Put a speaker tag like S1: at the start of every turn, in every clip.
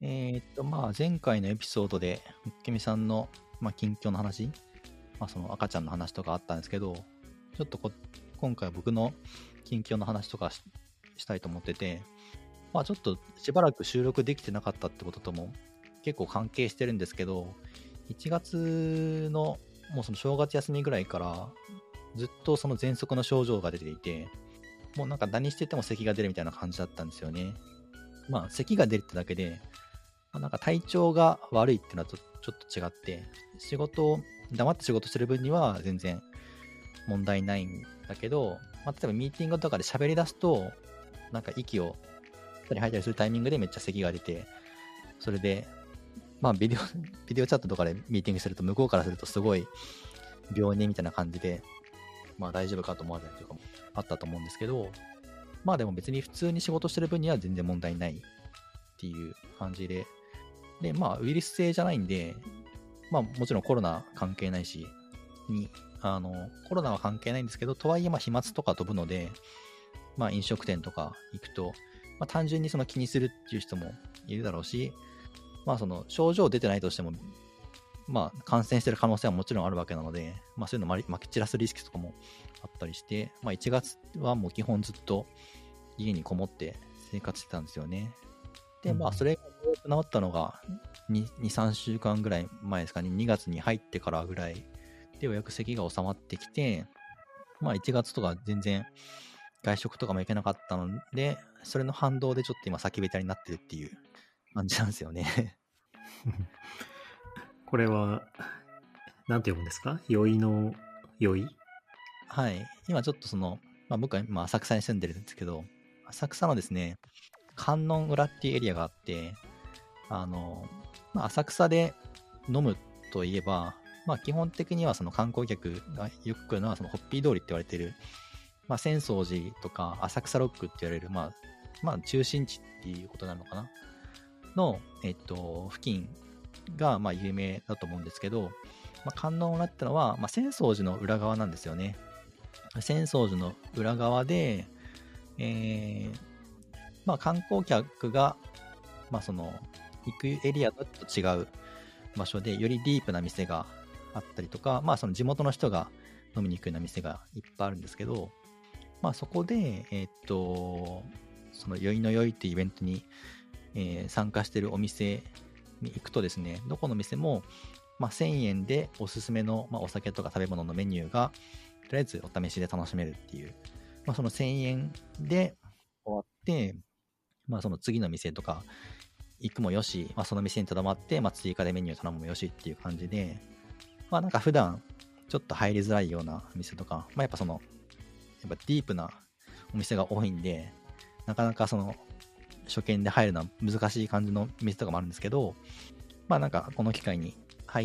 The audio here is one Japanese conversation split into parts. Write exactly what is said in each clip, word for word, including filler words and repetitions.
S1: えーっと、まあ、前回のエピソードで、むっけみさんの、まあ、近況の話、まあ、その赤ちゃんの話とかあったんですけど、ちょっとこ今回は僕の近況の話とか し, したいと思ってて、まあ、ちょっとしばらく収録できてなかったってこととも結構関係してるんですけど、いちがつのもうその正月休みぐらいからずっとその喘息の症状が出ていて、もうなんか何してても咳が出るみたいな感じだったんですよね。まあ、咳が出るってだけで、まあ、なんか体調が悪いってのはちょっと違って、仕事を黙って仕事してる分には全然問題ないんだけど、まあ、例えばミーティングとかで喋り出すと、なんか息を吸ったり吐いたりするタイミングでめっちゃ咳が出て、それで、まあビデオ、ビデオチャットとかでミーティングすると向こうからするとすごい病人みたいな感じで、まあ大丈夫かと思われたりとかもあったと思うんですけど、まあでも別に普通に仕事してる分には全然問題ないっていう感じで、で、まあウイルス性じゃないんで、まあもちろんコロナ関係ないし、に、あの、コロナは関係ないんですけど、とはいえまあ飛沫とか飛ぶので、まあ飲食店とか行くと、まあ単純にその気にするっていう人もいるだろうし、まあその症状出てないとしても、まあ感染してる可能性はもちろんあるわけなので、まあそういうのまき散らすリスクとかもあったりして、まあいちがつはもう基本ずっと家にこもって生活してたんですよね。で、まあそれが治ったのがに、さんしゅうかんぐらい前ですかね、にがつに入ってからぐらいでようやく咳が収まってきて、まあいちがつとか全然外食とかも行けなかったので、それの反動でちょっと今先べたになってるっていう感じなんですよね。
S2: これは、なんて読むんですか？酔いの酔い？
S1: はい。今ちょっとその、まあ僕は今浅草に住んでるんですけど、浅草のですね、観音裏っていうエリアがあって、あの、まあ、浅草で飲むといえば、まあ基本的にはその観光客がよく来るのはそのホッピー通りって言われてる、まあ浅草寺とか浅草ロックって言われる、まあ、まあ中心地っていうことなのかなの、えっと、付近がまあ有名だと思うんですけど、まあ、観音裏ってのは、まあ、浅草寺の裏側なんですよね。浅草寺の裏側で、えー、まあ観光客が、まあその、行くエリアと違う場所で、よりディープな店があったりとか、まあその地元の人が飲みに行くような店がいっぱいあるんですけど、まあそこで、えー、っと、その酔いの酔いっていうイベントに、えー、参加してるお店に行くとですね、どこの店も、まあ、せんえんでおすすめの、まあ、お酒とか食べ物のメニューが、とりあえずお試しで楽しめるっていう、まあ、そのせんえんで終わって、まあ、その次の店とか行くもよし、まあ、その店にとどまって、まあ、追加でメニュー頼むもよしっていう感じで、まあ、なんか普段ちょっと入りづらいような店とか、まあ、やっぱその、やっぱディープなお店が多いんで、なかなかその、初見で入るのは難しい感じの店とかもあるんですけど、まあなんかこの機会に入って、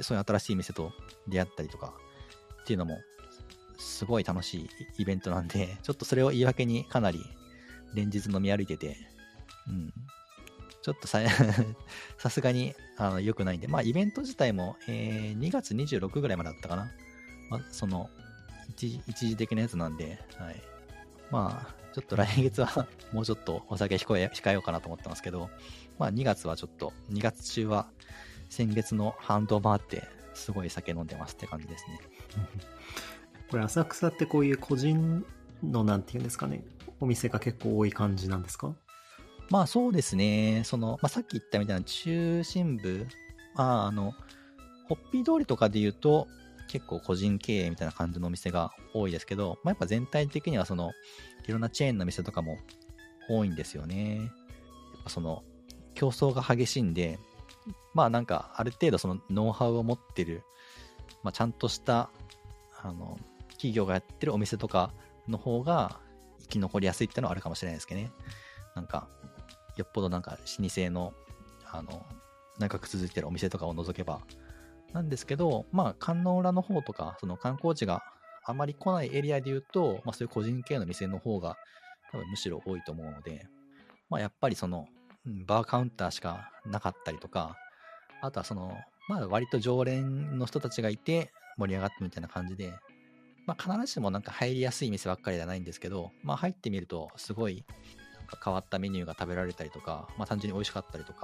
S1: そういう新しい店と出会ったりとかっていうのも、すごい楽しいイベントなんで、ちょっとそれを言い訳にかなり連日飲み歩いてて、うん。ちょっとさ、さすがにあの良くないんで、まあイベント自体も、えー、にがつにじゅうろくぐらいまでだったかな。まあ、その一、一時的なやつなんで、はい。まあ、ちょっと来月はもうちょっとお酒控え、控えようかなと思ってますけど、まあにがつはちょっと、にがつ中は先月の反動もあって、すごい酒飲んでますって感じですね。
S2: これ浅草ってこういう個人のなんていうんですかね、お店が結構多い感じなんですか？
S1: まあそうですね、その、まあさっき言ったみたいな中心部、まああの、ホッピー通りとかで言うと、結構個人経営みたいな感じのお店が多いですけど、まあやっぱ全体的にはその、いろんなチェーンの店とかも多いんですよね。やっぱその、競争が激しいんで、まあなんかある程度そのノウハウを持ってる、まあちゃんとした、あの、企業がやってるお店とかの方が生き残りやすいってのはあるかもしれないですけどね。なんか、よっぽどなんか老舗の、あの、長く続いてるお店とかを除けば、なんですけど、まあ観音裏の方とか、その観光地があまり来ないエリアで言うと、まあそういう個人系の店の方が多分むしろ多いと思うので、まあやっぱりその、バーカウンターしかなかったりとか、あとはその、まあ割と常連の人たちがいて盛り上がってみたいな感じで、まあ必ずしもなんか入りやすい店ばっかりではないんですけど、まあ入ってみるとすごいなんか変わったメニューが食べられたりとか、まあ単純に美味しかったりとか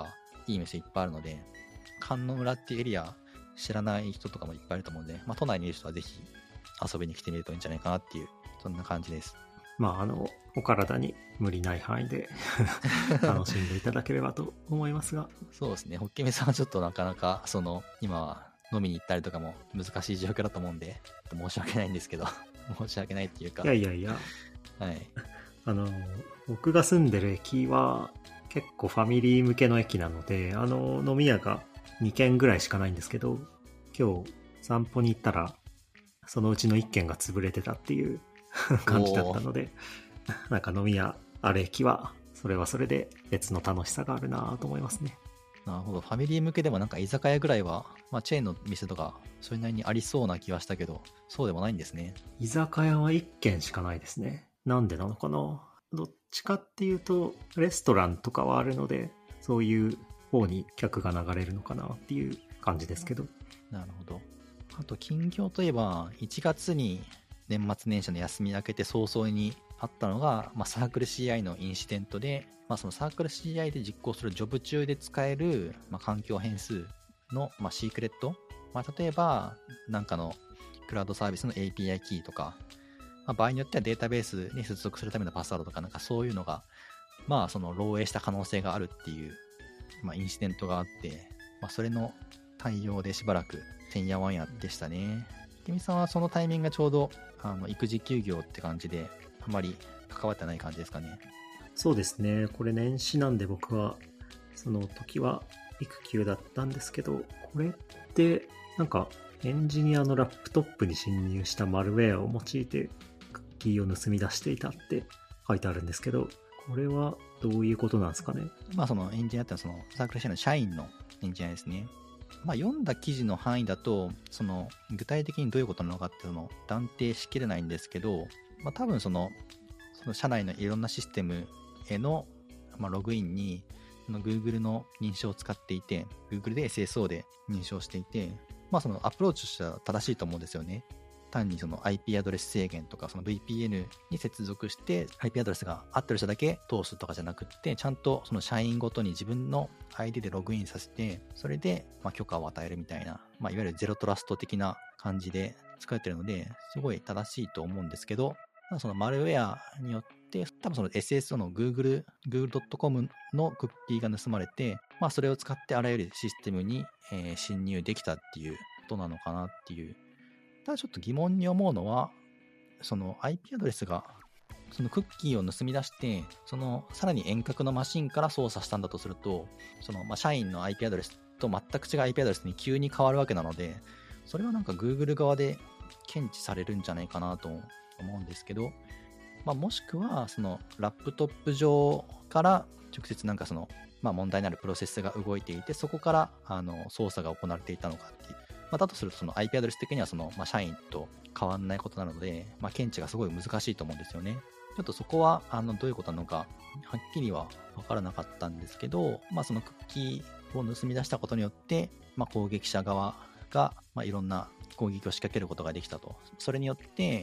S1: いい店いっぱいあるので、観音裏っていうエリア知らない人とかもいっぱいいると思うので、まあ、都内にいる人はぜひ遊びに来てみるといいんじゃないかなっていう、そんな感じです。
S2: まあ、あの、お体に無理ない範囲で楽しんでいただければと思いますが。
S1: そうですね。ホッケミさんはちょっとなかなか、その、今は飲みに行ったりとかも難しい状況だと思うんで、申し訳ないんですけど、申し訳ないっていうか。
S2: いやいやいや。
S1: はい。
S2: あの、僕が住んでる駅は結構ファミリー向けの駅なので、あの、飲み屋がにけんぐらいしかないんですけど、今日散歩に行ったら、そのうちのいっけんが潰れてたっていう感じだったので、なんか飲み屋ある駅はそれはそれで別の楽しさがあるなと思いますね。
S1: なるほど。ファミリー向けでもなんか居酒屋ぐらいは、まあ、チェーンの店とかそれなりにありそうな気はしたけど、そうでもないんですね。
S2: 居酒屋はいっけんしかないですね。なんでなのかな。どっちかっていうとレストランとかはあるので、そういう方に客が流れるのかなっていう感じですけど。
S1: なるほど。あと近況といえばいちがつに年末年始の休み明けて早々にあったのが、まあ、サークル シーアイ のインシデントで、まあ、そのサークル シーアイ で実行するジョブ中で使える、まあ、環境変数の、まあ、シークレット、まあ、例えばなんかのクラウドサービスの エーピーアイ キーとか、まあ、場合によってはデータベースに接続するためのパスワードとかなんかそういうのが、まあ、その漏洩した可能性があるっていう、まあ、インシデントがあって、まあ、それの対応でしばらくてんやわんやでしたね。ケミさんはそのタイミングがちょうどあの育児休業って感じであまり関わってない感じですかね。
S2: そうですね。これ年始なんで僕はその時は育休だったんですけど、これってなんかエンジニアのラップトップに侵入したマルウェアを用いてクッキーを盗み出していたって書いてあるんですけど、これはどういうことなんですかね。
S1: まあそのエンジニアってのはそのサークル シーアイ の社員のエンジニアですね。まあ読んだ記事の範囲だとその具体的にどういうことなのかっていうのを断定しきれないんですけど、まあ多分そのその社内のいろんなシステムへの、まあ、ログインにその Google の認証を使っていて Google で エスエスオー で認証していて、まあそのアプローチとしては正しいと思うんですよね。単にその アイピー アドレス制限とかその ブイピーエヌ に接続して アイピー アドレスが合ってる人だけ通すとかじゃなくってちゃんとその社員ごとに自分の アイディー でログインさせてそれでまあ許可を与えるみたいな、まあ、いわゆるゼロトラスト的な感じで作られてるのですごい正しいと思うんですけど、まあ、そのマルウェアによって多分その エスエスオー の Google、Google ドットコム のクッキーが盗まれて、まあ、それを使ってあらゆるシステムに、えー侵入できたっていうことなのかなっていう。ただちょっと疑問に思うのは、その アイピー アドレスがそのクッキーを盗み出して、そのさらに遠隔のマシンから操作したんだとすると、そのまあ社員の アイピー アドレスと全く違う アイピー アドレスに急に変わるわけなので、それはなんか Google 側で検知されるんじゃないかなと思うんですけど、まあ、もしくはそのラップトップ上から直接なんかその、まあ、問題のあるプロセスが動いていて、そこからあの操作が行われていたのかっていう。まあ、だとするとその アイピー アドレス的にはその、まあ、社員と変わらないことなので、まあ、検知がすごい難しいと思うんですよね。ちょっとそこはあのどういうことなのかはっきりは分からなかったんですけど、まあ、そのクッキーを盗み出したことによって、まあ、攻撃者側が、まあ、いろんな攻撃を仕掛けることができたと。それによって、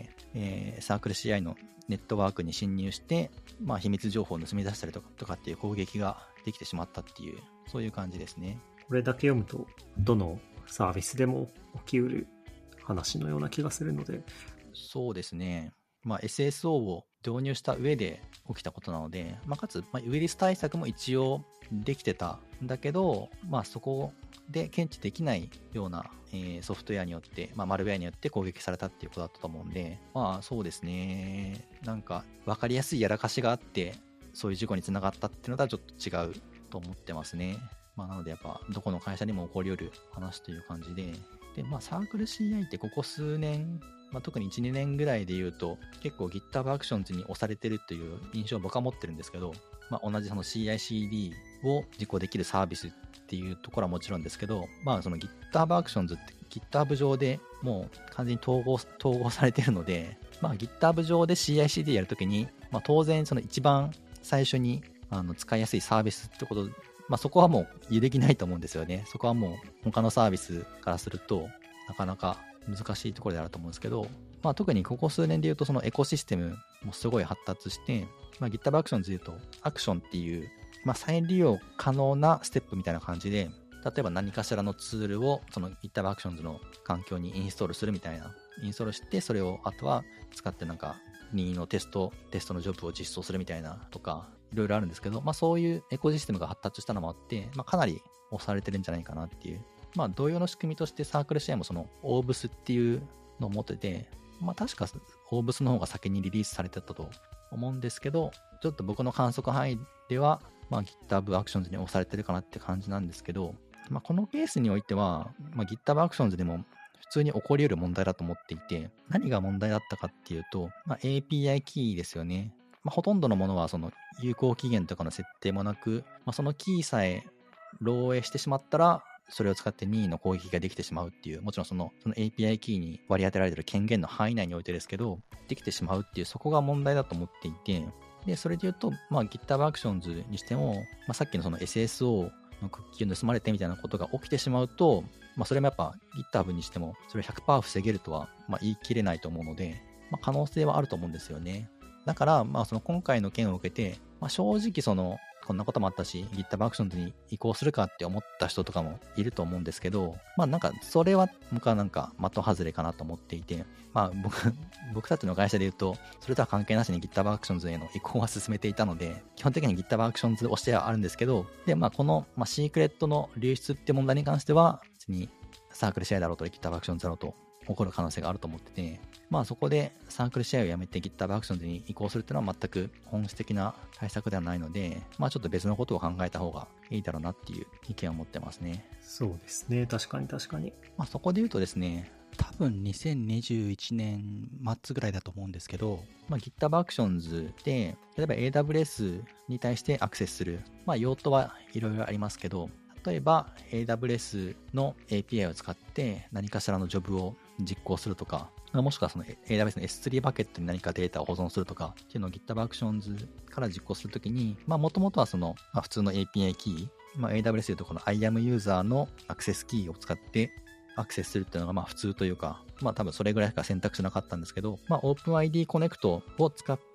S1: えー、サークル シーアイ のネットワークに侵入して、まあ、秘密情報を盗み出したりとか、とかっていう攻撃ができてしまったっていう、そういう感じですね。
S2: これだけ読むとどのサービスでも起きうる話のような気がするので。
S1: そうですね。まあ、エスエスオー を導入した上で起きたことなので、まあ、かつ、まあ、ウイルス対策も一応できてたんだけど、まあ、そこで検知できないような、えー、ソフトウェアによって、まあ、マルウェアによって攻撃されたっていうことだったと思うんで、まあそうですね。なんか分かりやすいやらかしがあって、そういう事故につながったっていうのとはちょっと違うと思ってますね。まあなのでやっぱどこの会社にも起こりうる話という感じで、でまあサークル シーアイ ってここ数年、まあ、特にいち、にねんぐらいで言うと結構 GitHub Actions に押されてるという印象を僕は持ってるんですけど、まあ、同じその シーアイシーディー を実行できるサービスっていうところはもちろんですけど、まあその GitHub Actions って GitHub 上でもう完全に統合、統合されてるので、まあ GitHub 上で シーアイシーディー やるときに、まあ当然その一番最初にあの使いやすいサービスってこと、まあそこはもう揺るぎないと思うんですよね。そこはもう他のサービスからするとなかなか難しいところであると思うんですけど、まあ特にここ数年で言うとそのエコシステムもすごい発達して、まあ GitHub Actions で言うと Action っていうまあ、再利用可能なステップみたいな感じで、例えば何かしらのツールをその GitHub Actions の環境にインストールするみたいな、インストールしてそれをあとは使ってなんか任意のテストテストのジョブを実装するみたいなとかいろいろあるんですけど、まあ、そういうエコシステムが発達したのもあって、まあ、かなり押されてるんじゃないかなっていう、まあ、同様の仕組みとしてサークルシェアもその オーブス っていうのを持ってて、まあ、確か オーブス の方が先にリリースされてたと思うんですけど、ちょっと僕の観測範囲では、まあ、GitHub Actions に押されてるかなって感じなんですけど、まあ、このケースにおいては、まあ、GitHub Actions でも普通に起こり得る問題だと思っていて、何が問題だったかっていうと、まあ、エーピーアイ キーですよね。まあ、ほとんどのものはその有効期限とかの設定もなく、まあ、そのキーさえ漏洩してしまったら、それを使って任意の攻撃ができてしまうっていう、もちろんその、その エーピーアイ キーに割り当てられている権限の範囲内においてですけど、できてしまうっていう、そこが問題だと思っていて、で、それで言うと、まあ、GitHub Actions にしても、まあ、さっきのその エスエスオー のクッキーを盗まれてみたいなことが起きてしまうと、まあ、それもやっぱ GitHub にしても、それを ひゃくパーセント 防げるとは、まあ、言い切れないと思うので、まあ、可能性はあると思うんですよね。だから、まあ、その今回の件を受けて、まあ、正直その、こんなこともあったし、GitHub Actions に移行するかって思った人とかもいると思うんですけど、まあなんか、それは僕はなんか的外れかなと思っていて、まあ僕、僕たちの会社で言うと、それとは関係なしに GitHub Actions への移行は進めていたので、基本的に GitHub Actions をしてはあるんですけど、で、まあこの、まあ、シークレットの流出って問題に関しては、別にサークルシェアだろうと GitHub Actions だろうと起こる可能性があると思ってて、まあそこでサークルシェアをやめて GitHub Actions に移行するっていうのは全く本質的な対策ではないので、まあちょっと別のことを考えた方がいいだろうなっていう意見を持ってますね。
S2: そうですね。確かに確かに。
S1: まあそこで言うとですね、多分にせんにじゅういちねん末ぐらいだと思うんですけど、まあ、GitHub Actions で、例えば エーダブリューエス に対してアクセスする、まあ用途はいろいろありますけど、例えば エーダブリューエス の エーピーアイ を使って何かしらのジョブを実行するとか、もしくはその エーダブリューエス の エススリー バケットに何かデータを保存するとかっていうのを GitHub Actions から実行するときに、まあもともとはその、まあ、普通の エーピーアイ キー、まあ、エーダブリューエス でいうとこの アイアム ユーザーのアクセスキーを使ってアクセスするっていうのがまあ普通というか、まあ多分それぐらいしか選択肢なかったんですけど、まあ OpenID Connect を使って、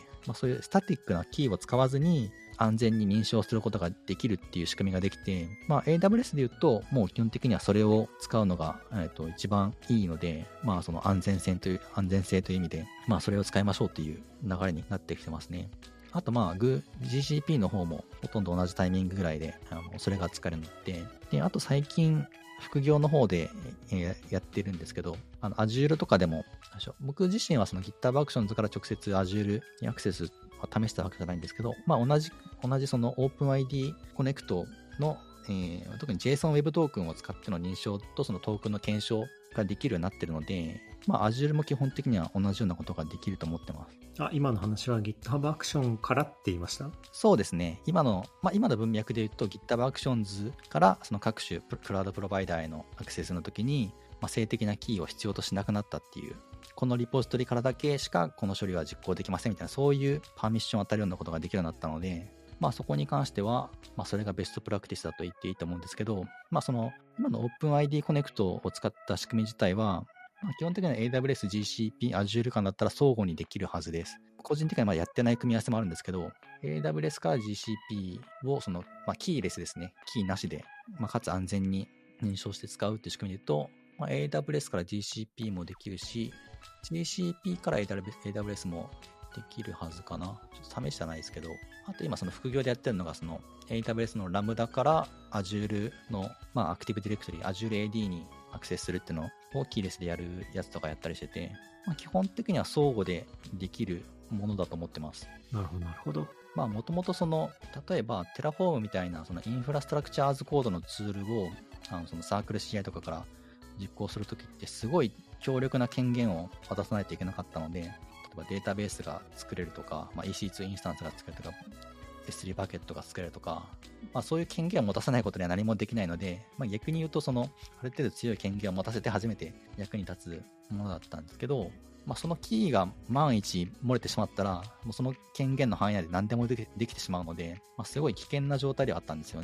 S1: まあそういうスタティックなキーを使わずに安全に認証することができるっていう仕組みができて、まあ エーダブリューエス で言うともう基本的にはそれを使うのが、えー、と一番いいので、まあその安全性という、安全性という意味で、まあそれを使いましょうっていう流れになってきてますね。あとまあ ジーシーピー の方もほとんど同じタイミングぐらいであのそれが使えるので、で、あと最近副業の方でやってるんですけど、あの Azure とかでも、僕自身はその GitHub Actions から直接 Azure にアクセスを試したわけじゃないんですけど、まあ同じ、同じその OpenID Connect の、えー、特に JSON Web トークンを使っての認証とそのトークンの検証ができるようになってるので、まあ Azure も基本的には同じようなことができると思ってます。
S2: あ、今の話は GitHub Action からって言いました？
S1: そうですね。今の、まあ、今の文脈で言うと GitHub Actions からその各種クラウドプロバイダーへのアクセスの時に、まあ、静的なキーを必要としなくなったっていう、このリポジトリからだけしかこの処理は実行できませんみたいな、そういうパーミッションを与えるようなことができるようになったので、まあそこに関しては、まあそれがベストプラクティスだと言っていいと思うんですけど、まあその今の OpenID Connect を使った仕組み自体は、まあ、基本的には エーダブリューエス、ジーシーピー、Azure 間だったら相互にできるはずです。個人的にはまあやってない組み合わせもあるんですけど、エーダブリューエス から ジーシーピー をその、まあ、キーレスですね。キーなしで、まあ、かつ安全に認証して使うっていう仕組みで言うと、まあ、エーダブリューエス から ジーシーピー もできるし、ジーシーピー から エーダブリューエス もできるはずかな。ちょっと試してないですけど、あと今その副業でやってるのがその エーダブリューエス のラムダから Azure の、まあ、Active Directory、Azure エーディー にアクセスするっていうのをキーレスでやるやつとかやったりしてて、まあ、基本的には相互でできるものだと思ってます。
S2: なるほど、なるほど。
S1: まあもともとその、例えば Terraform みたいなそのインフラストラクチャーズコードのツールをあのそのサークル シーアイ とかから実行するときってすごい強力な権限を渡さないといけなかったので、例えばデータベースが作れるとか、まあ、イーシーツー インスタンスが作れるとか、エススリー バケットが作れるとか、まあ、そういう権限を持たせないことには何もできないので、まあ、逆に言うとそのある程度強い権限を持たせて初めて役に立つものだったんですけど、まあ、そのキーが万一漏れてしまったらもうその権限の範囲内で何でもできてしまうので、まあ、すごい危険な状態ではあったんですよね。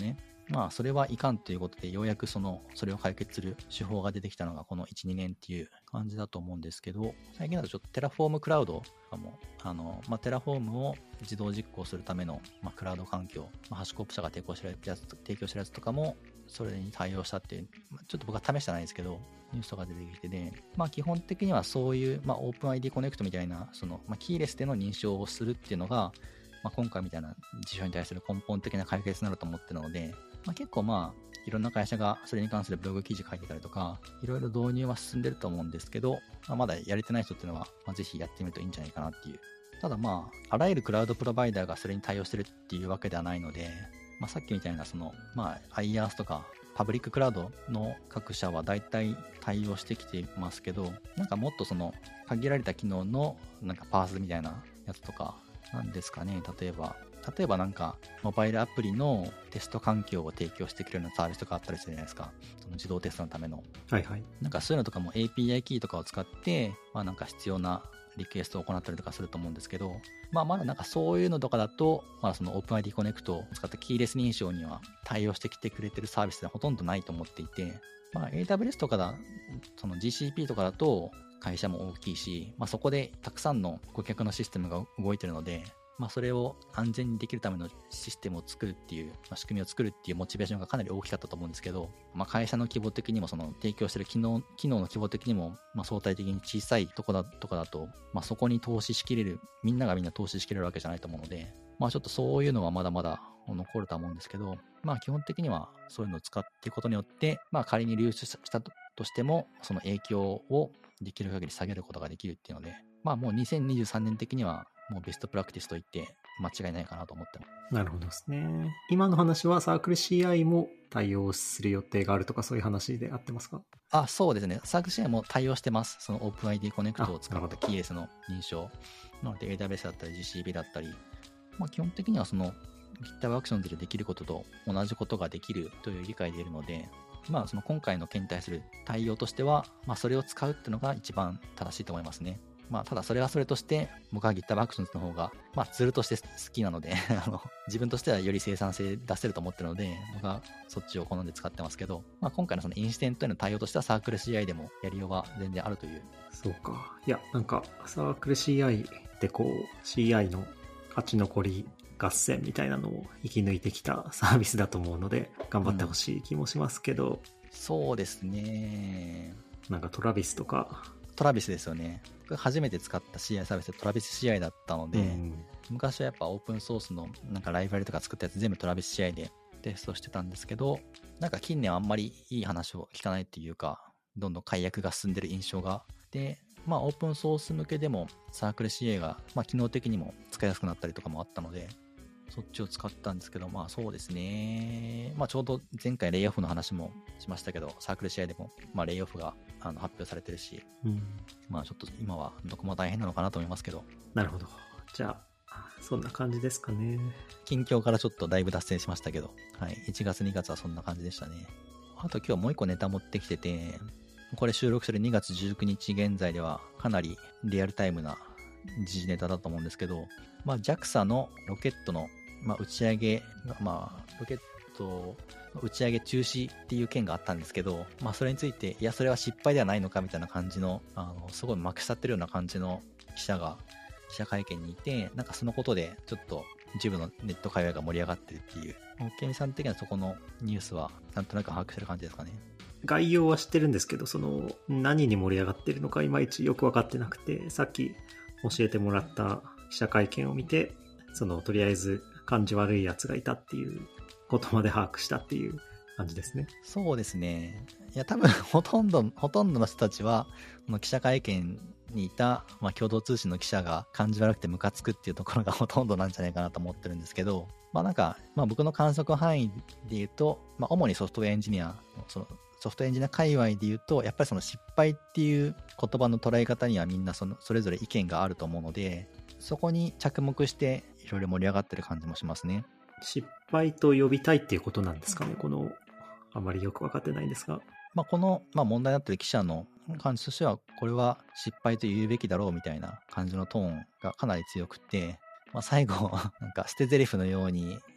S1: まあそれはいかんということで、ようやくそのそれを解決する手法が出てきたのがこのいち、にねんっていう感じだと思うんですけど、最近だとちょっとテラフォームクラウドとかも、あの、まあ、テラフォームを自動実行するための、まあ、クラウド環境、まあ、ハッシュコープ社が提供してるやつ、提供してるやつとかも、それに対応したっていう、まあ、ちょっと僕は試してないですけど、ニュースとか出てきてで、まあ基本的にはそういう、まあ OpenID コネクトみたいな、その、まあ、キーレスでの認証をするっていうのが、まあ、今回みたいな事象に対する根本的な解決になると思ってるので、まあ、結構まあ、いろんな会社がそれに関するブログ記事書いてたりとか、いろいろ導入は進んでると思うんですけど、まあ、まだやれてない人っていうのは、まあ、ぜひやってみるといいんじゃないかなっていう。ただまあ、あらゆるクラウドプロバイダーがそれに対応してるっていうわけではないので、まあ、さっきみたいなその、まあ、IaaS とか、パブリッククラウドの各社は大体対応してきていますけど、なんかもっとその、限られた機能のなんかパースみたいなやつとか、なんですかね、例えば、例えばなんか、モバイルアプリのテスト環境を提供してくれるようなサービスとかあったりするじゃないですか。その自動テストのための。
S2: はいはい。
S1: なんかそういうのとかも エーピーアイ キーとかを使って、まあなんか必要なリクエストを行ったりとかすると思うんですけど、まあまだなんかそういうのとかだと、まあその OpenID Connect を使ったキーレス認証には対応してきてくれてるサービスではほとんどないと思っていて、まあ エーダブリュエス とかだ、その ジーシーピー とかだと会社も大きいし、まあそこでたくさんの顧客のシステムが動いてるので、まあそれを安全にできるためのシステムを作るっていう、まあ、仕組みを作るっていうモチベーションがかなり大きかったと思うんですけど、まあ会社の規模的にもその提供してる機能、機能の規模的にも、まあ相対的に小さいとこだとかだと、まあそこに投資しきれる、みんながみんな投資しきれるわけじゃないと思うので、まあちょっとそういうのはまだまだ残るとは思うんですけど、まあ基本的にはそういうのを使っていくことによって、まあ仮に流出したとしても、その影響をできる限り下げることができるっていうので、まあもうにせんにじゅうさんねん的にはもうベストプラクティスといって間違いないかなと思ってます。
S2: なるほどですね。今の話はサークル シーアイ も対応する予定があるとかそういう話で合ってますか？
S1: あ、そうですね。サークル シーアイ も対応してます。その OpenID Connect を使ったキーレスの認証。なので エーダブリュエス だったり ジーシーピー だったり、まあ基本的にはその GitHub Actions でできることと同じことができるという理解でいるので、まあその今回の件に対する対応としては、まあそれを使うっていうのが一番正しいと思いますね。まあ、ただそれはそれとして、僕は GitHub Actions の方が、まあ、ツールとして好きなのであの、自分としてはより生産性出せると思ってるので、僕はそっちを好んで使ってますけど、まあ、今回のそのインシデントへの対応としてはサークル シーアイ でもやりようは全然あるという。
S2: そうか。いや、なんか、サークル シーアイ ってこう、シーアイ の勝ち残り合戦みたいなのを生き抜いてきたサービスだと思うので、頑張ってほしい気もしますけど、うん、
S1: そうですね。
S2: なんかトラビスとか、
S1: トラビスですよね。僕初めて使った シーアイ サービスでトラビス シーアイ だったので、うん、昔はやっぱオープンソースのなんかライブラリとか作ったやつ全部トラビス シーアイ でテストしてたんですけど、なんか近年はあんまりいい話を聞かないっていうか、どんどん解約が進んでる印象が。で、まあオープンソース向けでもサークル シーアイ が、まあ、機能的にも使いやすくなったりとかもあったので、そっちを使ったんですけど、まあそうですね。まあちょうど前回レイオフの話もしましたけど、サークル シーアイ でも、まあレイオフがあの発表されてるし、うん、まあちょっと今はどこも大変なのかなと思いますけど。
S2: なるほど。じゃあ、そんな感じですかね。
S1: 近況からちょっとだいぶ脱線しましたけど、はい。いちがつにがつはそんな感じでしたね。あと今日もう一個ネタ持ってきてて、これ収録するにがつじゅうくにち現在ではかなりリアルタイムな時事ネタだと思うんですけど、まあ ジャクサ のロケットの、まあ、打ち上げが、まあロケット打ち上げ中止っていう件があったんですけど、まあそれについて、いやそれは失敗ではないのかみたいな感じの、あの、すごいまくし立ってるような感じの記者が記者会見にいて、なんかそのことでちょっと一部のネット界隈が盛り上がってるっていう、ケミさん的にはそこのニュースはなんとなく把握してる感じですかね。
S2: 概要は知ってるんですけど、その何に盛り上がってるのかいまいちよく分かってなくて、さっき教えてもらった記者会見を見て、そのとりあえず感じ悪いやつがいたっていうことまで把握したっていう感じですね。
S1: そうですね。いや多分ほとんどほとんどの人たちはこの記者会見にいた、まあ、共同通信の記者が感じ悪くてムカつくっていうところがほとんどなんじゃないかなと思ってるんですけど、まあなんか、まあ僕の観測範囲で言うと、まあ主にソフトウェアエンジニア、そのソフトエンジニア界隈で言うと、やっぱりその失敗っていう言葉の捉え方にはみんなそのそれぞれ意見があると思うので、そこに着目していろいろ盛り上がってる感じもしますね。
S2: 失敗と呼びたいっていうことなんですかね、この、あまりよく分かってないんですが。
S1: まあこの、まあ、問題になってる記者の感じとしては、これは失敗と言うべきだろうみたいな感じのトーンがかなり強くて、まあ、最後、なんか捨て台詞のように、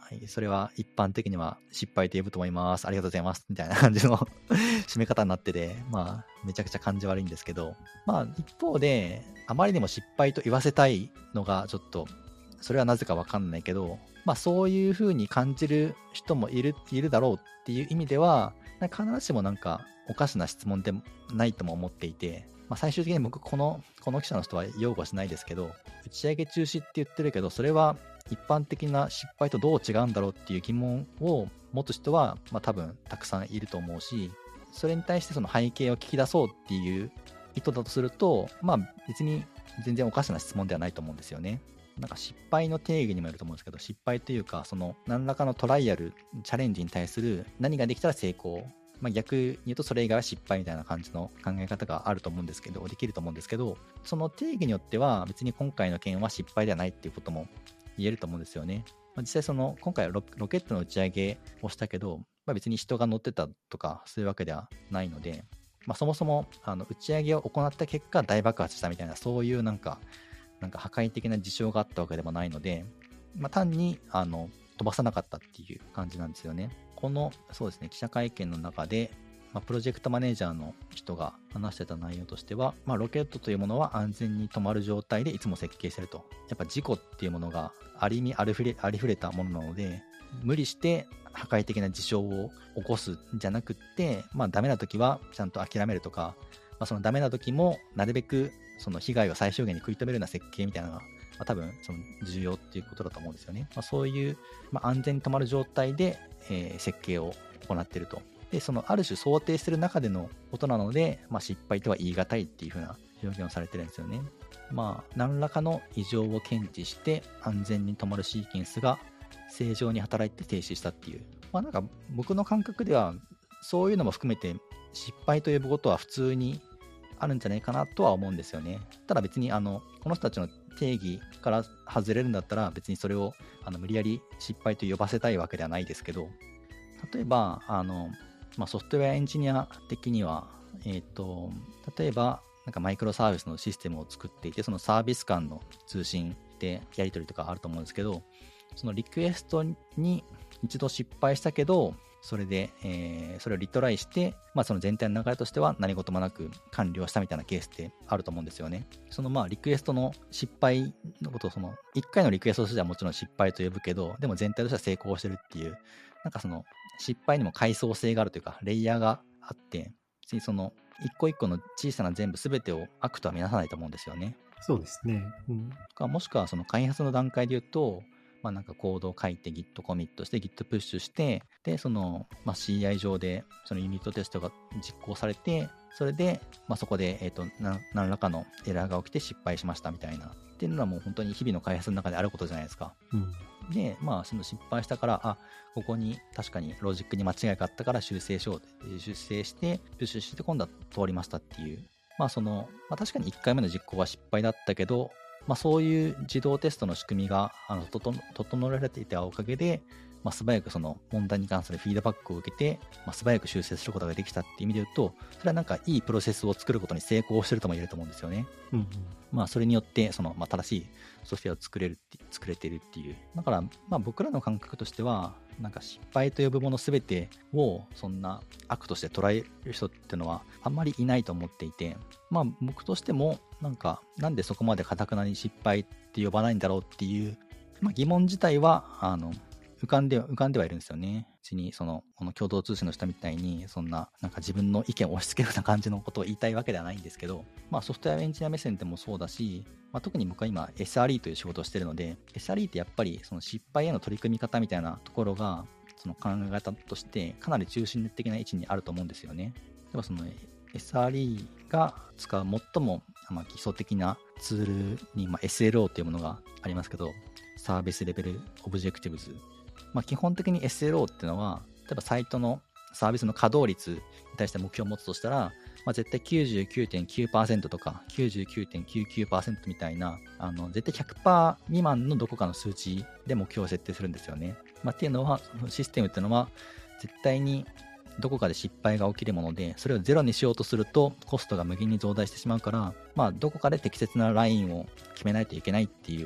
S1: はい、それは一般的には失敗と呼ぶと思います。ありがとうございます。みたいな感じの締め方になってて、まあ、めちゃくちゃ感じ悪いんですけど、まあ、一方で、あまりにも失敗と言わせたいのが、ちょっと、それはなぜかわかんないけど、まあ、そういう風に感じる人もいる、いるだろうっていう意味では、必ずしもなんか、おかしな質問でもないとも思っていて、まあ、最終的に僕、この、この記者の人は擁護しないですけど、打ち上げ中止って言ってるけど、それは、一般的な失敗とどう違うんだろうっていう疑問を持つ人は、まあ、多分たくさんいると思うし、それに対してその背景を聞き出そうっていう意図だとすると、まあ別に全然おかしな質問ではないと思うんですよね。なんか失敗の定義にもよると思うんですけど、失敗というかその何らかのトライアル、チャレンジに対する何ができたら成功、まあ、逆に言うとそれ以外は失敗みたいな感じの考え方があると思うんですけど、できると思うんですけど、その定義によっては別に今回の件は失敗ではないっていうことも言えると思うんですよね。まあ、実際その今回は ロ, ロケットの打ち上げをしたけど、まあ、別に人が乗ってたとかそういうわけではないので、まあ、そもそもあの打ち上げを行った結果大爆発したみたいなそういうなんかなんか破壊的な事象があったわけでもないので、まあ、単にあの飛ばさなかったっていう感じなんですよね。このそうですね記者会見の中で、まあ、プロジェクトマネージャーの人が話してた内容としては、まあ、ロケットというものは安全に止まる状態でいつも設計してると。やっぱ事故っていうものがありみありふれ、ありふれたものなので、無理して破壊的な事象を起こすんじゃなくって、まあダメな時はちゃんと諦めるとか、まあ、そのダメな時もなるべくその被害を最小限に食い止めるような設計みたいなのが、まあ、多分その重要っていうことだと思うんですよね。まあ、そういう、まあ、安全に止まる状態で、えー、設計を行っていると。で、そのある種想定している中でのことなので、まあ、失敗とは言い難いっていう風な表現をされてるんですよね。まあ、何らかの異常を検知して安全に止まるシーケンスが正常に働いて停止したっていう。まあなんか僕の感覚ではそういうのも含めて失敗と呼ぶことは普通にあるんじゃないかなとは思うんですよね。ただ別にあのこの人たちの定義から外れるんだったら別にそれをあの無理やり失敗と呼ばせたいわけではないですけど、例えばあの、まあ、ソフトウェアエンジニア的には、えーと、例えばなんかマイクロサービスのシステムを作っていて、そのサービス間の通信でやり取りとかあると思うんですけど、そのリクエストに一度失敗したけど、それで、えー、それをリトライして、まあその全体の流れとしては何事もなく完了したみたいなケースってあると思うんですよね。そのまあリクエストの失敗のことをそのいっかいのリクエストとしてはもちろん失敗と呼ぶけど、でも全体としては成功してるっていう、なんかその失敗にも階層性があるというか、レイヤーがあって、別にその一個一個の小さな全部全てを悪とは見なさないと思うんですよね。
S2: そうですね。うん、
S1: かもしくはその開発の段階で言うと、まあ、なんかコードを書いて Git コミットして Git プッシュして、で、その、まあ、シーアイ 上でそのユニットテストが実行されて、それで、まあ、そこで、えっと、何らかのエラーが起きて失敗しましたみたいな。っていうのはもう本当に日々の開発の中であることじゃないですか。
S2: うん、
S1: で、まあ、その失敗したから、あ、ここに確かにロジックに間違いがあったから修正しようって修正して、プッシュして今度は通りましたっていう。まあ、その、まあ、確かにいっかいめの実行は失敗だったけど、まあ、そういう自動テストの仕組みがあの整えられていたおかげで、まあ、素早くその問題に関するフィードバックを受けて、まあ、素早く修正することができたっていう意味で言うと、それはなんかいいプロセスを作ることに成功してるとも言えると思うんですよね。
S2: うんうん、
S1: まあそれによってその、まあ、正しいソフトウェアを作れるって作れてるっていう。だからまあ僕らの感覚としては、なんか失敗と呼ぶものすべてをそんな悪として捉える人っていうのはあんまりいないと思っていて、まあ僕としてもなんかなんでそこまで堅くなに失敗って呼ばないんだろうっていう、まあ、疑問自体はあの浮かんで浮かんではいるんですよね。うちにそのこの共同通信の人みたいにそんななんか自分の意見を押し付けるような感じのことを言いたいわけではないんですけど、まあソフトウェアエンジニア目線でもそうだし、まあ、特に僕は今 エスアールイー という仕事をしているので、 エスアールイー ってやっぱりその失敗への取り組み方みたいなところがその考え方としてかなり中心的な位置にあると思うんですよね。例えばその エスアールイー が使う最もまあ基礎的なツールに、まあ、エスエルオー というものがありますけど、サービスレベルオブジェクティブズ。まあ、基本的に エスエルオー っていうのは、例えばサイトのサービスの稼働率に対して目標を持つとしたら、まあ、絶対 きゅうじゅうきゅうてんきゅうパーセント とか きゅうじゅうきゅうてんきゅうきゅうパーセント みたいな、あの絶対 ひゃくパーセント 未満のどこかの数値で目標を設定するんですよね。まあ、っていうのは、システムっていうのは絶対にどこかで失敗が起きるもので、それをゼロにしようとするとコストが無限に増大してしまうから、まあ、どこかで適切なラインを決めないといけないっていう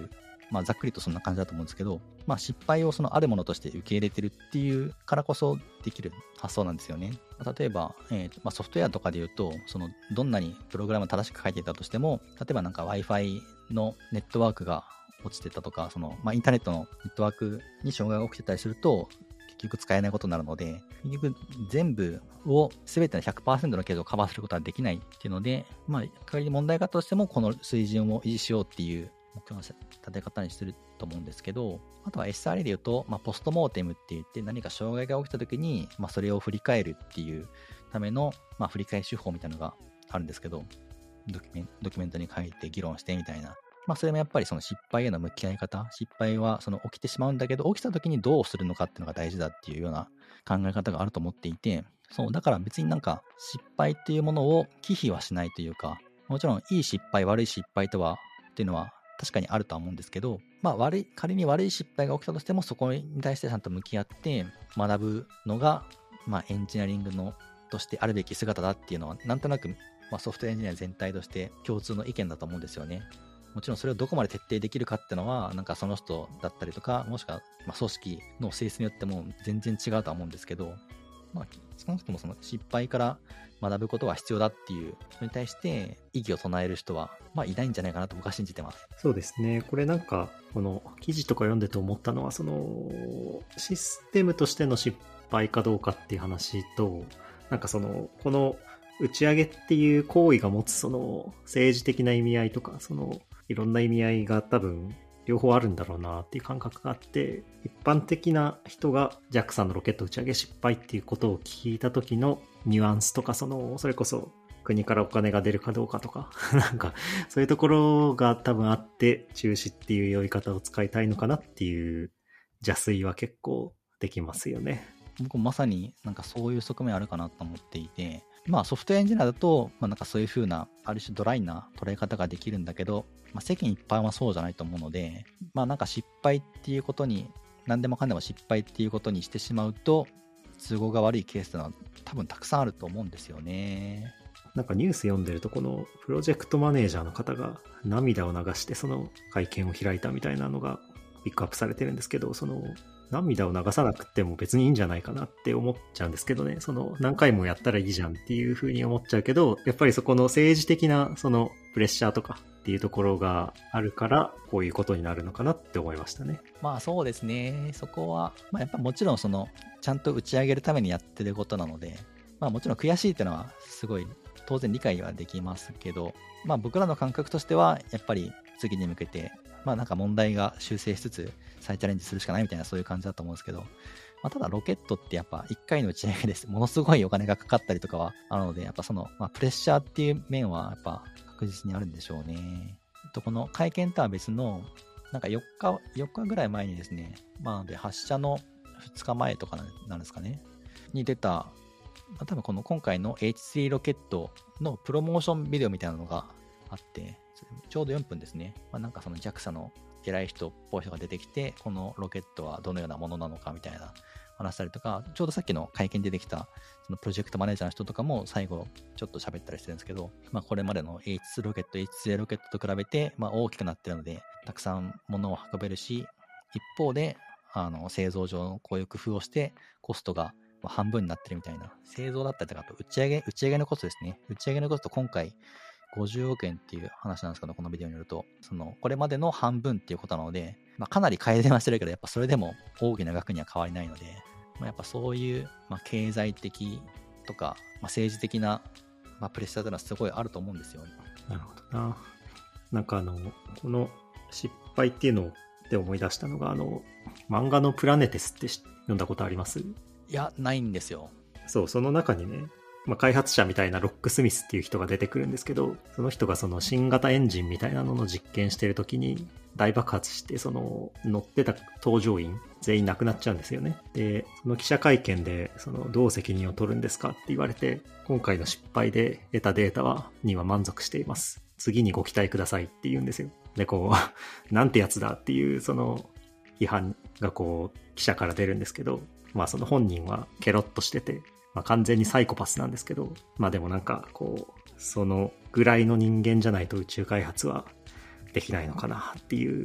S1: まあ、ざっくりとそんな感じだと思うんですけど、まあ、失敗をそのあるものとして受け入れてるっていうからこそできる発想なんですよね。例えば、えーまあ、ソフトウェアとかで言うと、そのどんなにプログラムを正しく書いていたとしても、例えばなんか Wi-Fi のネットワークが落ちてたとか、そのまあ、インターネットのネットワークに障害が起きてたりすると、結局使えないことになるので、結局全部を全ての ひゃくパーセント のケースをカバーすることはできないっていうので、まあ、仮に問題があったとしても、この水準を維持しようっていう目標の立て方にしてると思うんですけど、あとは エスアールエー で言うと、まあ、ポストモーテムって言って何か障害が起きた時に、まあ、それを振り返るっていうための、まあ、振り返り手法みたいなのがあるんですけど、ドキュメン、ドキュメントに書いて議論してみたいな。まあ、それもやっぱりその失敗への向き合い方、失敗はその起きてしまうんだけど、起きた時にどうするのかっていうのが大事だっていうような考え方があると思っていて、そうだから別になんか失敗っていうものを忌避はしないというか、もちろんいい失敗悪い失敗とはっていうのは確かにあるとは思うんですけど、まあ悪い仮に悪い失敗が起きたとしても、そこに対してちゃんと向き合って学ぶのが、まあ、エンジニアリングのとしてあるべき姿だっていうのはなんとなく、まあ、ソフトウェアエンジニア全体として共通の意見だと思うんですよね。もちろんそれをどこまで徹底できるかっていうのは、なんかその人だったりとか、もしくはまあ組織の性質によっても全然違うとは思うんですけど、まあ、少なくともその失敗から学ぶことは必要だっていう、それに対して異議を唱える人は、まあいないんじゃないかなと僕は信じてます。
S2: そうですね。これなんか、この記事とか読んでて思ったのは、その、システムとしての失敗かどうかっていう話と、なんかその、この打ち上げっていう行為が持つその政治的な意味合いとか、その、いろんな意味合いが多分両方あるんだろうなっていう感覚があって、一般的な人が ジャック さんのロケット打ち上げ失敗っていうことを聞いた時のニュアンスとか、そのそれこそ国からお金が出るかどうかとかなんかそういうところが多分あって中止っていう呼び方を使いたいのかなっていう邪推は結構できますよね。
S1: 僕まさになんかそういう側面あるかなと思っていて、まあソフトウェアエンジニアだと、まあ、なんかそういう風なある種ドライな捉え方ができるんだけど、まあ、世間一般はそうじゃないと思うので、まあなんか失敗っていうことに、何でもかんでも失敗っていうことにしてしまうと都合が悪いケースというのは多分たくさんあると思うんですよね。
S2: なんかニュース読んでると、このプロジェクトマネージャーの方が涙を流してその会見を開いたみたいなのがピックアップされてるんですけど、その涙を流さなくても別にいいんじゃないかなって思っちゃうんですけどね。その何回もやったらいいじゃんっていう風に思っちゃうけど、やっぱりそこの政治的なそのプレッシャーとかっていうところがあるからこういうことになるのかなって思いましたね。
S1: まあそうですね。そこは、まあ、やっぱもちろんそのちゃんと打ち上げるためにやってることなので、まあもちろん悔しいっていうのはすごい当然理解はできますけど、まあ僕らの感覚としてはやっぱり次に向けてまあなんか問題が修正しつつ再チャレンジするしかないみたいなそういう感じだと思うんですけど、まあ、ただロケットってやっぱいっかいの打ち上げですものすごいお金がかかったりとかはあるので、やっぱその、まあ、プレッシャーっていう面はやっぱ確実にあるんでしょうね。とこの会見とは別のなんかよっか、よっかぐらい前にですね、まあで発射のふつかまえとかなんですかねに出た、まあ、多分この今回の エイチスリー ロケットのプロモーションビデオみたいなのがあって、ちょうどよんぷんですね。まあ、なんかその ジャクサ の偉い人っぽい人が出てきて、このロケットはどのようなものなのかみたいな話したりとか、ちょうどさっきの会見で出てきたそのプロジェクトマネージャーの人とかも最後ちょっと喋ったりしてるんですけど、まあ、これまでの エイチツー ロケット、エイチスリー ロケットと比べて、まあ、大きくなってるので、たくさん物を運べるし、一方であの製造上のこういう工夫をしてコストが半分になってるみたいな、製造だったりとか、あと打ち上げ、打ち上げのコストですね。打ち上げのコスト今回ごじゅうおくえんっていう話なんですけど、このビデオによると、そのこれまでの半分っていうことなので、まあ、かなり改善はしてるけど、やっぱそれでも大きな額には変わりないので、まあ、やっぱそういう、まあ、経済的とか、まあ、政治的な、まあ、プレッシャーというのはすごいあると思うんですよ。
S2: なるほどな。なんかあのこの失敗っていうので思い出したのが、あの漫画のプラネテスって読んだことあります？
S1: いや、ないんですよ。
S2: そう、その中にね、まあ、開発者みたいなロックスミスっていう人が出てくるんですけど、その人がその新型エンジンみたいなのの実験してる時に大爆発して、その乗ってた搭乗員全員亡くなっちゃうんですよね。で、その記者会見でそのどう責任を取るんですかって言われて、今回の失敗で得たデータはには満足しています、次にご期待くださいって言うんですよ。で、こうなんてやつだっていうその批判がこう記者から出るんですけど、まあその本人はケロッとしてて、まあ、完全にサイコパスなんですけど、まあでもなんかこうそのぐらいの人間じゃないと宇宙開発はできないのかなっていう、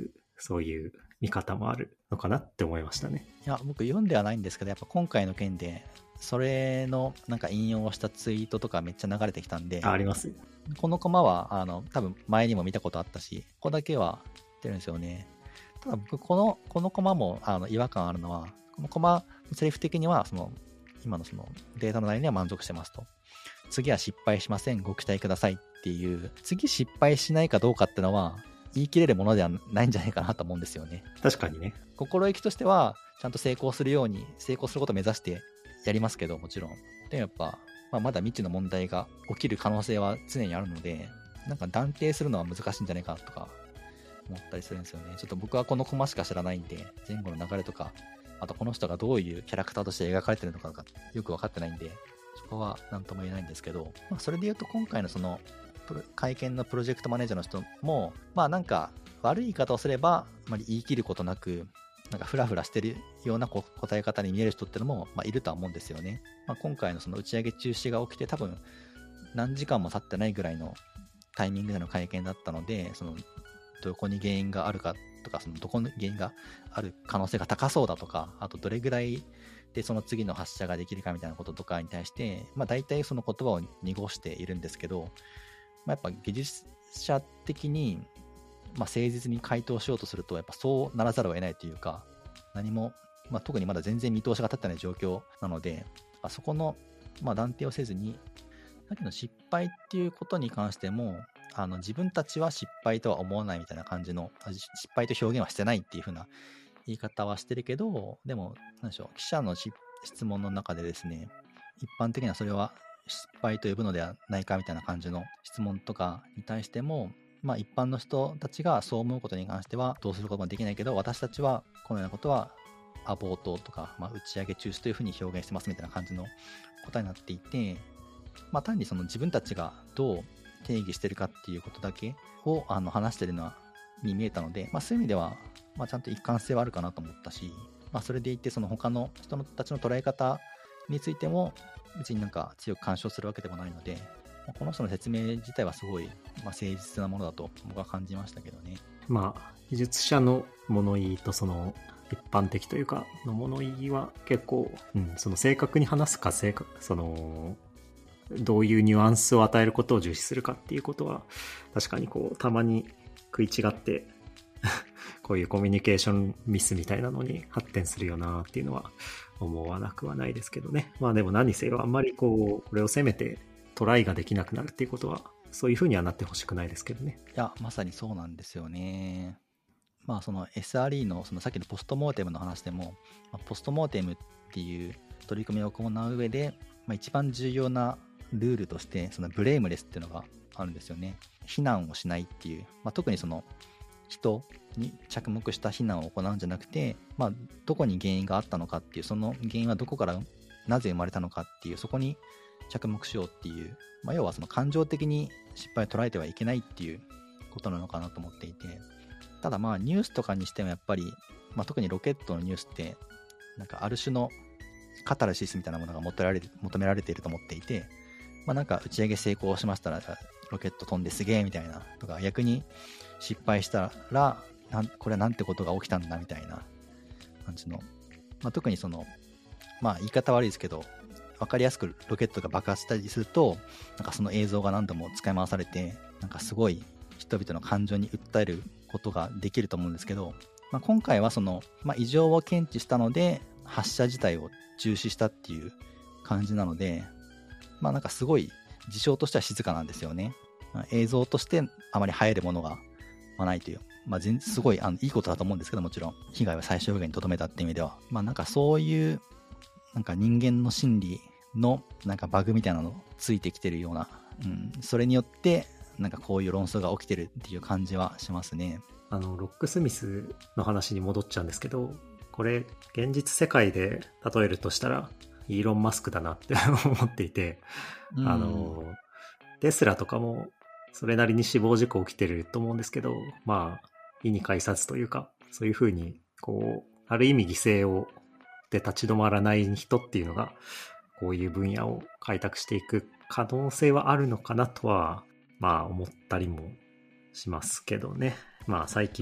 S2: そういう見方もあるのかなって思いましたね。
S1: いや、僕読んではないんですけど、やっぱ今回の件で、それのなんか引用をしたツイートとかめっちゃ流れてきたんで、
S2: あ、あります。
S1: このコマは、あの、多分前にも見たことあったし、ここだけは知ってるんですよね。ただ僕、この、このコマもあの違和感あるのは、このコマのセリフ的には、その、今のそのデータの内容には満足してますと。次は失敗しません、ご期待くださいっていう、次失敗しないかどうかってのは、言い切れるものではないんじゃないかなと思うんですよね。
S2: 確かにね。
S1: 心意気としては、ちゃんと成功するように、成功することを目指してやりますけど、もちろん。でもやっぱ、まあ、まだ未知の問題が起きる可能性は常にあるので、なんか断定するのは難しいんじゃないかなとか思ったりするんですよね。ちょっと僕はこのコマしか知らないんで、前後の流れとか、あとこの人がどういうキャラクターとして描かれてるのかとかよく分かってないんで、そこは何とも言えないんですけど、まあ、それで言うと今回のその会見のプロジェクトマネージャーの人も、まあなんか悪い言い方をすれば、あまり言い切ることなく、なんかフラフラしてるような答え方に見える人ってのも、まあ、いるとは思うんですよね。まあ、今回のその打ち上げ中止が起きて多分何時間も経ってないぐらいのタイミングでの会見だったので、そのどこに原因があるかとか、そのどこに原因がある可能性が高そうだとか、あとどれぐらいでその次の発射ができるかみたいなこととかに対して、まあ、大体その言葉を濁しているんですけど、まあ、やっぱ技術者的にまあ、誠実に回答しようとすると、やっぱそうならざるを得ないというか、何も、まあ、特にまだ全然見通しが立ってない状況なので、あそこの、まあ、断定をせずに、だけど失敗っていうことに関しても、あの自分たちは失敗とは思わないみたいな感じの、失敗と表現はしてないっていう風な言い方はしてるけど、でも、なんでしょう、記者の質問の中でですね、一般的にはそれは失敗と呼ぶのではないかみたいな感じの質問とかに対しても、まあ、一般の人たちがそう思うことに関してはどうすることもできないけど、私たちはこのようなことはアボートとか、まあ、打ち上げ中止というふうに表現してますみたいな感じの答えになっていて、まあ、単にその自分たちがどう定義してるかっていうことだけをあの話してるのに見えたので、まあ、そういう意味では、まあ、ちゃんと一貫性はあるかなと思ったし、まあ、それでいてその他の人たちの捉え方についても別になんか強く干渉するわけでもないので、この人の説明自体はすごい、まあ、誠実なものだと僕は感じましたけどね。
S2: まあ技術者の物言いとその一般的というかの物言いは結構、うん、その正確に話すか正確そのどういうニュアンスを与えることを重視するかっていうことは確かにこうたまに食い違ってこういうコミュニケーションミスみたいなのに発展するよなっていうのは思わなくはないですけどね。まあでも何せよあんまりこうこれを責めてトライができなくなるっていうことはそういう風にはなってほしくないですけどね。
S1: いやまさにそうなんですよね。まあその エスアールイー のそのさっきのポストモーテムの話でも、まあ、ポストモーテムっていう取り組みを行う上で、まあ、一番重要なルールとしてそのブレームレスっていうのがあるんですよね。非難をしないっていう、まあ、特にその人に着目した非難を行うんじゃなくて、まあ、どこに原因があったのかっていう、その原因はどこからなぜ生まれたのかっていう、そこに着目しようっていう、まあ、要はその感情的に失敗を捉えてはいけないっていうことなのかなと思っていて、ただまあニュースとかにしてもやっぱり、まあ、特にロケットのニュースってなんかある種のカタルシスみたいなものが求められる、求められていると思っていて、まあ、なんか打ち上げ成功しましたらロケット飛んですげえみたいなとか、逆に失敗したらなんこれはなんてことが起きたんだみたいな感じの、まあ、特にそのまあ言い方悪いですけど分かりやすくロケットが爆発したりするとなんかその映像が何度も使い回されてなんかすごい人々の感情に訴えることができると思うんですけど、まあ、今回はその、まあ、異常を検知したので発射自体を中止したっていう感じなので、まあなんかすごい事象としては静かなんですよね。まあ、映像としてあまり映えるものがないという、まあ、全すごいあのいいことだと思うんですけど、もちろん被害は最小限にとどめたっていう意味では、まあなんかそういうなんか人間の心理のなんかバグみたいなのついてきてるような、うん、それによってなんかこういう論争が起きてるっていう感じはしますね。
S2: あのロックスミスの話に戻っちゃうんですけど、これ現実世界で例えるとしたらイーロン・マスクだなって思っていて、うん、あのテスラとかもそれなりに死亡事故起きてると思うんですけど、まあ意に介さずというか、そういうふうにこうある意味犠牲をで立ち止まらない人っていうのがこういう分野を開拓していく可能性はあるのかなとはまあ思ったりもしますけどね。まあ最近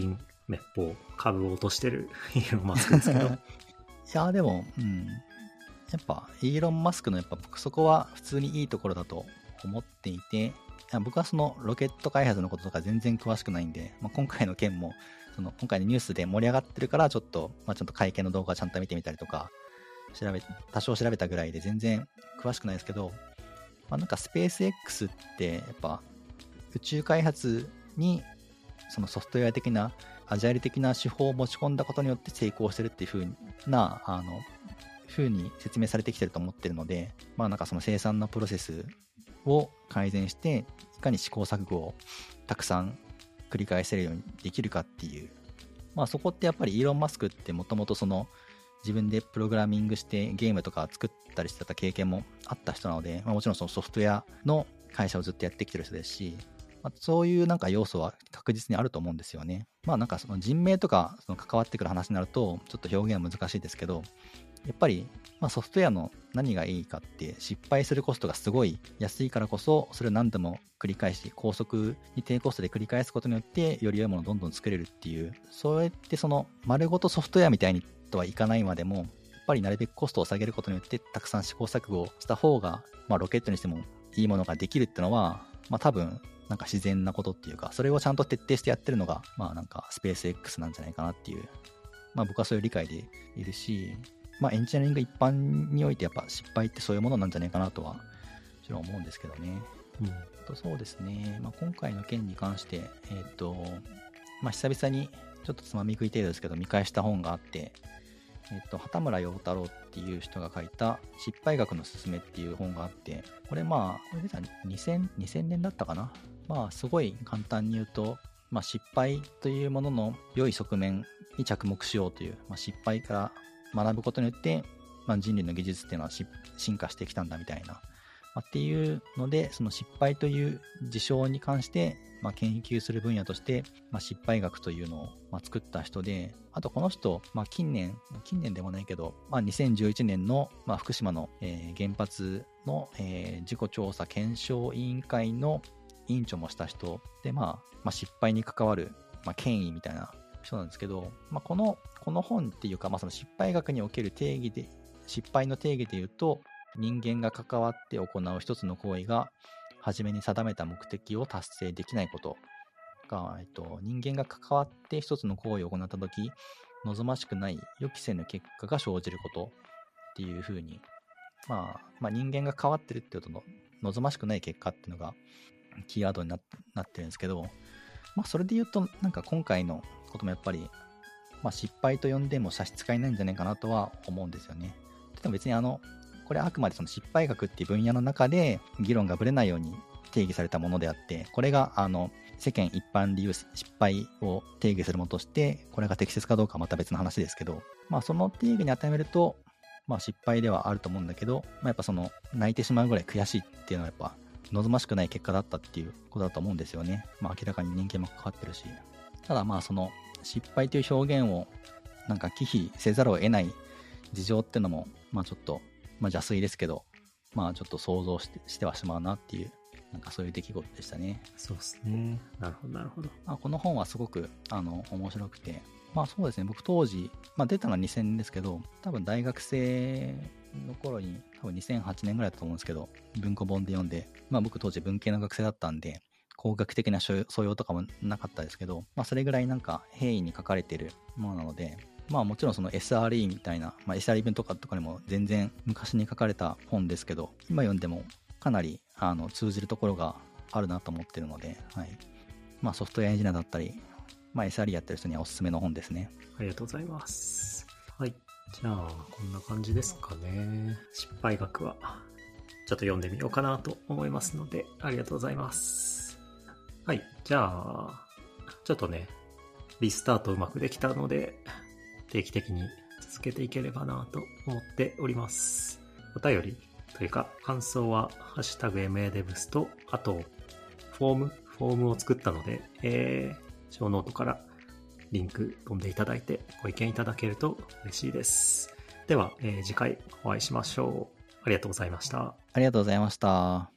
S2: めっぽう株を落としてるイーロン・マスクですけど。
S1: いや、でも、うん。やっぱ、イーロン・マスクのやっぱ僕そこは普通にいいところだと思っていて、いや僕はそのロケット開発のこととか全然詳しくないんで、まあ、今回の件も、その今回のニュースで盛り上がってるから、ちょっと、まあ、ちゃんと会見の動画をちゃんと見てみたりとか、調べ、多少調べたぐらいで全然詳しくないですけど、まあ、なんかスペース X ってやっぱ宇宙開発にそのソフトウェア的なアジャイル的な手法を持ち込んだことによって成功してるっていう風なあの風に説明されてきてると思ってるので、まあなんかその生産のプロセスを改善していかに試行錯誤をたくさん繰り返せるようにできるかっていう、まあそこってやっぱりイーロン・マスクってもともとその自分でプログラミングしてゲームとか作ったりしてた経験もあった人なので、まあ、もちろんそのソフトウェアの会社をずっとやってきてる人ですし、まあ、そういうなんか要素は確実にあると思うんですよね。まあなんかその人命とかその関わってくる話になるとちょっと表現は難しいですけど、やっぱりまあソフトウェアの何がいいかって失敗するコストがすごい安いからこそ、それを何度も繰り返し高速に低コストで繰り返すことによってより良いものをどんどん作れるっていう、そうやってその丸ごとソフトウェアみたいにとはいかないまでも、やっぱりなるべくコストを下げることによってたくさん試行錯誤をした方が、まあ、ロケットにしてもいいものができるってのは、まあ、多分なんか自然なことっていうか、それをちゃんと徹底してやってるのが、まあなんかスペース X なんじゃないかなっていう、まあ僕はそういう理解でいるし、まあエンジニアリング一般においてやっぱ失敗ってそういうものなんじゃないかなとはもちろん思うんですけどね。うん、とそうですね、まあ、今回の件に関して、えっと、まあ久々にちょっとつまみ食い程度ですけど見返した本があって、えっと、畑村陽太郎っていう人が書いた失敗学のすすめっていう本があって、これまあ、これ出たにせん、にせんねんだったかな。まあ、すごい簡単に言うと、まあ、失敗というものの良い側面に着目しようという、まあ、失敗から学ぶことによって、まあ、人類の技術っていうのは進化してきたんだみたいな、まあ、っていうので、その失敗という事象に関して、まあ、研究する分野として、まあ、失敗学というのを、まあ、作った人で、あとこの人、まあ、近年、近年でもないけど、まあ、にせんじゅういちねんの、まあ、福島の、えー、原発の、えー、事故調査検証委員会の委員長もした人で、まあ、まあ、失敗に関わる、まあ、権威みたいな人なんですけど、まあ、この、この本っていうか、まあ、その失敗学における定義で、失敗の定義で言うと、人間が関わって行う一つの行為が、初めに定めた目的を達成できないことが、えっと、人間が関わって一つの行為を行ったとき、望ましくない予期せぬ結果が生じることっていうふうに、まあ、まあ人間が関わってるってことの望ましくない結果っていうのがキーワードに な, なってるんですけど、まあそれで言うとなんか今回のこともやっぱり、まあ、失敗と呼んでも差し支えないんじゃないかなとは思うんですよね。でも別にあのこれはあくまでその失敗学っていう分野の中で議論がぶれないように定義されたものであって、これがあの世間一般でいう失敗を定義するものとして、これが適切かどうかはまた別の話ですけど、まあその定義に当てはめると、まあ失敗ではあると思うんだけど、まあやっぱその泣いてしまうぐらい悔しいっていうのはやっぱ望ましくない結果だったっていうことだと思うんですよね。まあ明らかに人間も関わってるし。ただまあその失敗という表現をなんか忌避せざるを得ない事情っていうのも、まあちょっと、まあ邪推ですけど、まあちょっと想像して、してはしまうなっていう、なんかそういう出来事でしたね。
S2: そうですね。なるほど、なるほど。
S1: まあ、この本はすごく、あの、面白くて、まあそうですね、僕当時、まあ出たのはにせんねんですけど、多分大学生の頃に、多分にせんはちねんぐらいだと思うんですけど、文庫本で読んで、まあ僕当時文系の学生だったんで、工学的な素養とかもなかったですけど、まあそれぐらいなんか平易に書かれてるものなので、まあもちろんその エスアールイー みたいな、まあ エスアールイー 文とかとかにも全然昔に書かれた本ですけど、今読んでもかなりあの通じるところがあるなと思ってるので、はい。まあソフトウェアエンジニアだったり、まあ エスアールイー やってる人にはおすすめの本ですね。
S2: ありがとうございます。はい。じゃあ、こんな感じですかね。失敗学は、ちょっと読んでみようかなと思いますので、ありがとうございます。はい。じゃあ、ちょっとね、リスタートうまくできたので、定期的に続けていければなと思っております。お便りというか、感想は、ハッシュタグ エムエーデブス と、あと、フォーム、フォームを作ったので、えー、ショーノートからリンク飛んでいただいて、ご意見いただけると嬉しいです。では、えー、次回お会いしましょう。ありがとうございました。
S1: ありがとうございました。